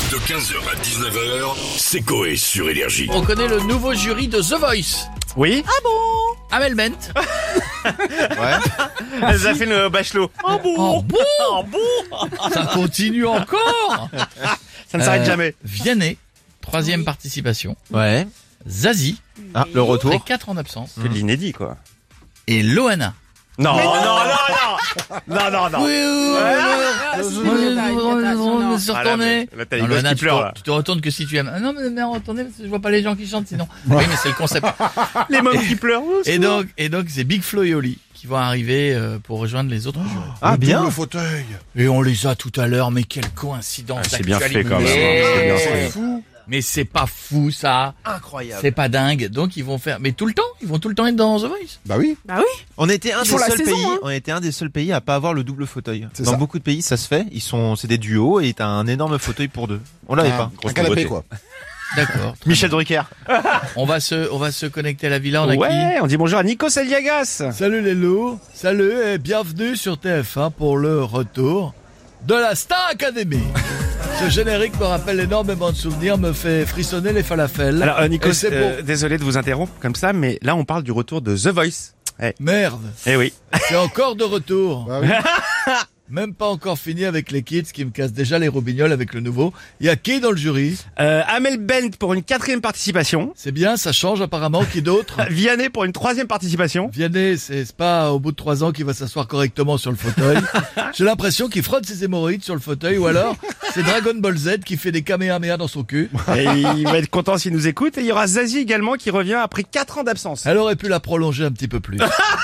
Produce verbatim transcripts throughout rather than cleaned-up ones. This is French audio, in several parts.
De quinze heures à dix-neuf heures, c'est Coé sur Énergie. On connaît le nouveau jury de The Voice. Oui. Ah bon? Amel Bent. Ouais. Elle a fait le bachelot. Oh bon, oh bon, Oh bon. Ça continue encore. Ça ne s'arrête Euh, jamais. Vianney, troisième participation. Ouais. Zazie, Ah, le retour. les quatre en absence. C'est de l'inédit, quoi. Et Loana. Non, non, non, non, non, non, non. Oui, oui, Ah, si, oui, il y a oui, pas- il y a oui, pas- oui, non, non. oui, se Ah, là, retourner. mais- là, t'as les Non, gosses Loana, qui tu, pleurent, te, là. tu te retournes que si tu aimes. Ah non, mais, mais retournez parce que je vois pas les gens qui chantent sinon. Oui, mais c'est le concept. Les mômes qui pleurent. Et donc, et donc, c'est Big Flo et Oli qui vont arriver euh, pour rejoindre les autres jurys. Ah, bien. Le fauteuil. Et on les a tout à l'heure, mais quelle coïncidence. Ah, c'est bien fait, d'actualité. quand même, hein, c'est bien fait. fou. Mais c'est pas fou, ça. Incroyable. C'est pas dingue. Donc, ils vont faire, mais tout le temps, ils vont tout le temps être dans The Voice. Bah oui. Bah oui. On était un Ils des font la seuls saison, pays, hein. on était un des seuls pays à pas avoir le double fauteuil. C'est Dans ça. beaucoup de pays, ça se fait. Ils sont, c'est des duos et t'as un énorme fauteuil pour deux. On l'avait pas. Un canapé quoi. D'accord. Michel Drucker. On va se, on va se connecter à la villa. On a qui? Ouais, on dit bonjour à Nikos Aliagas. Salut les loups. Salut et bienvenue sur T F un pour le retour de la Star Academy. Ce générique me rappelle énormément de souvenirs, me fait frissonner les falafels. Alors, euh, Nikos, Et c'est euh, beau. désolé de vous interrompre comme ça, mais là, on parle du retour de The Voice. Eh, Merde. eh oui. C'est encore de retour. Bah oui. Même pas encore fini avec les kids qui me cassent déjà les roubignoles avec le nouveau. Il y a qui dans le jury? Euh, Amel Bent pour une quatrième participation. C'est bien, ça change apparemment. Qui d'autre? Vianney pour une troisième participation. Vianney, c'est c'est pas au bout de trois ans qu'il va s'asseoir correctement sur le fauteuil. J'ai l'impression qu'il frotte ses hémorroïdes sur le fauteuil, ou alors c'est Dragon Ball Z qui fait des kamehameha dans son cul. Et il va être content s'il nous écoute. Et il y aura Zazie également qui revient après quatre ans d'absence. Elle aurait pu la prolonger un petit peu plus.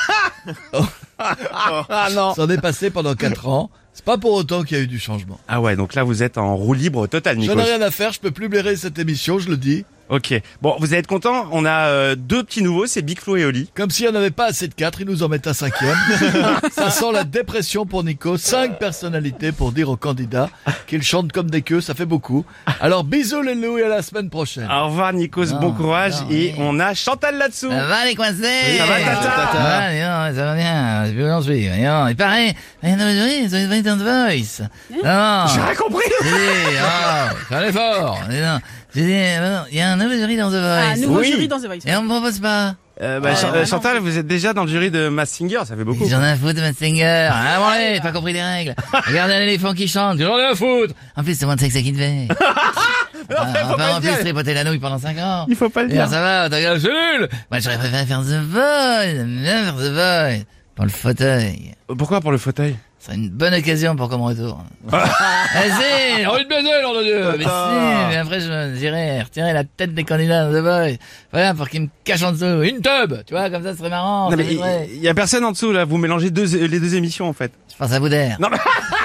Ah non. Ça en est passé pendant quatre ans. C'est pas pour autant qu'il y a eu du changement. Ah ouais, donc là vous êtes en roue libre totale, Nikos. J'en ai rien à faire, je peux plus blairer cette émission, je le dis. Ok. Bon, vous allez être content. On a euh, deux petits nouveaux, c'est Big Flo et Oli. Comme s'il n'y en avait pas assez de quatre, ils nous en mettent un cinquième. Ça sent la dépression pour Nico. Cinq personnalités pour dire aux candidats qu'ils chantent comme des queues, ça fait beaucoup. Alors bisous les loups et à la semaine prochaine. Au revoir Nikos, Non, bon courage. non, et oui. on a Chantal là-dessous. Ça va les coincés? Ça va, Tata? Ça va, dis donc, ça va bien. C'est plus j'en suis. Dis donc, il paraît, il y en a aujourd'hui, ils ont une dans The Voice. Non. J'ai rien compris. J'ai dit, oh, fais un effort. Dis donc. J'ai dit, euh, il y a un nouveau jury dans The Voice. Ah, nouveau Oui. jury dans The Voice. Et on me propose pas. Euh, bah, Ah, Ch- bah, euh, non. Chantal, vous êtes déjà dans le jury de Mass Singer, ça fait beaucoup. J'en ai à foutre de Matt Singer. Ah, bon, allez, pas compris les règles. Regardez un éléphant qui chante. J'en ai à foutre. En plus, c'est moins de sexe qui te fait. Ah, faut enfin, pas en le plus, dire. tripoter la nouille pendant cinq ans. Il faut pas le Et dire. alors, ça va, ta gueule, c'est nul. Moi, j'aurais préféré faire The Voice. J'aime bien faire The Voice. Pour le fauteuil. Pourquoi pour le fauteuil? Ce serait une bonne occasion pour qu'on me retourne. Vas-y, j'ai envie de baiser, nom de Dieu. Mais si, mais après, je j'irai retirer la tête des candidats dans The Voice. Voilà, pour qu'ils me cachent en dessous. Une tube, tu vois, comme ça, ce serait marrant. Non ça mais m'aiderait. il y, y a personne en dessous là, vous mélangez deux, les deux émissions en fait. Je pense à Boudère. Non mais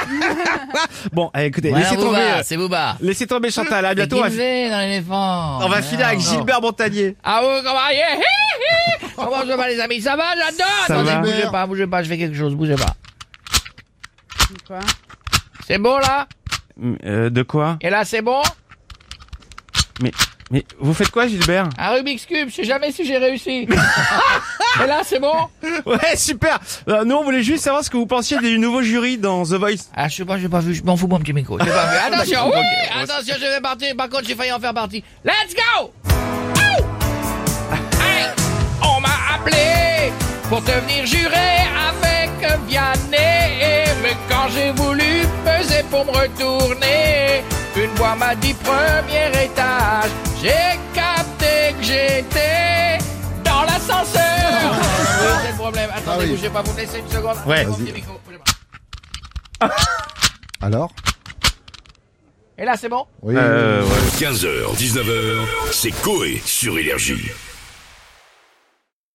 bon, allez, écoutez, Voilà, laissez tomber, Booba, euh, c'est Booba. laissez tomber Chantal. À bientôt. On va, C'est qui le fait dans l'éléphant. on va filer avec Non. Gilbert Montagnier. Ah vous, comment allez? Hi, hi. Comment ça va les amis? Ça va là-dedans? Ça Attendez, va. bougez pas, bougez pas, je fais quelque chose, bougez pas. Quoi? C'est bon là? Euh, de quoi? Et là c'est bon? Mais mais vous faites quoi, Gilbert? Un Rubik's Cube, je sais jamais si j'ai réussi. Et là c'est bon? Ouais, super. Euh, nous, on voulait juste savoir ce que vous pensiez du nouveau jury dans The Voice. Ah je sais pas, j'ai pas vu, je m'en fous mon petit micro. J'ai pas vu. Attention, Ok, oui, on va- attention, je vais partir. Par contre, j'ai failli en faire partie. Let's go! Ouh! Hey, on m'a appelé pour devenir juré avec Vianney. Mais quand j'ai voulu peser pour me retourner, une voix m'a dit premier étage. J'ai capté que j'étais dans l'ascenseur. Oui, c'est le problème. Attendez, Ah oui. bougez pas, vous me laissez une seconde. Ouais. Mon petit micro, bougez pas. Alors? Et là, c'est bon? Oui. Euh, ouais. quinze heures, dix-neuf heures, c'est Coé sur Énergie.